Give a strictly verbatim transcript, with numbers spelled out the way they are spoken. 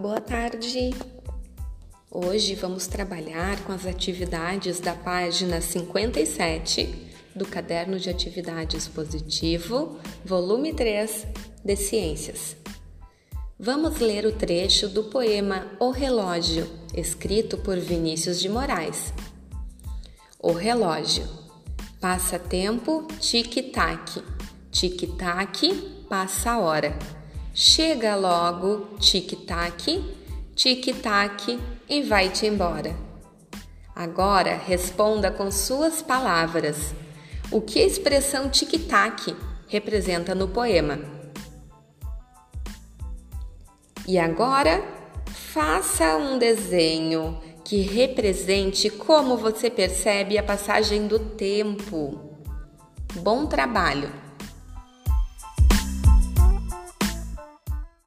Boa tarde! Hoje vamos trabalhar com as atividades da página cinquenta e sete do Caderno de Atividades Positivo, volume três, de Ciências. Vamos ler o trecho do poema O Relógio, escrito por Vinícius de Moraes. O relógio. Passa tempo, tic-tac, tic-tac, passa a hora. Chega logo, tic-tac, tic-tac e vai-te embora. Agora responda com suas palavras. O que a expressão tic-tac representa no poema? E agora, faça um desenho que represente como você percebe a passagem do tempo. Bom trabalho!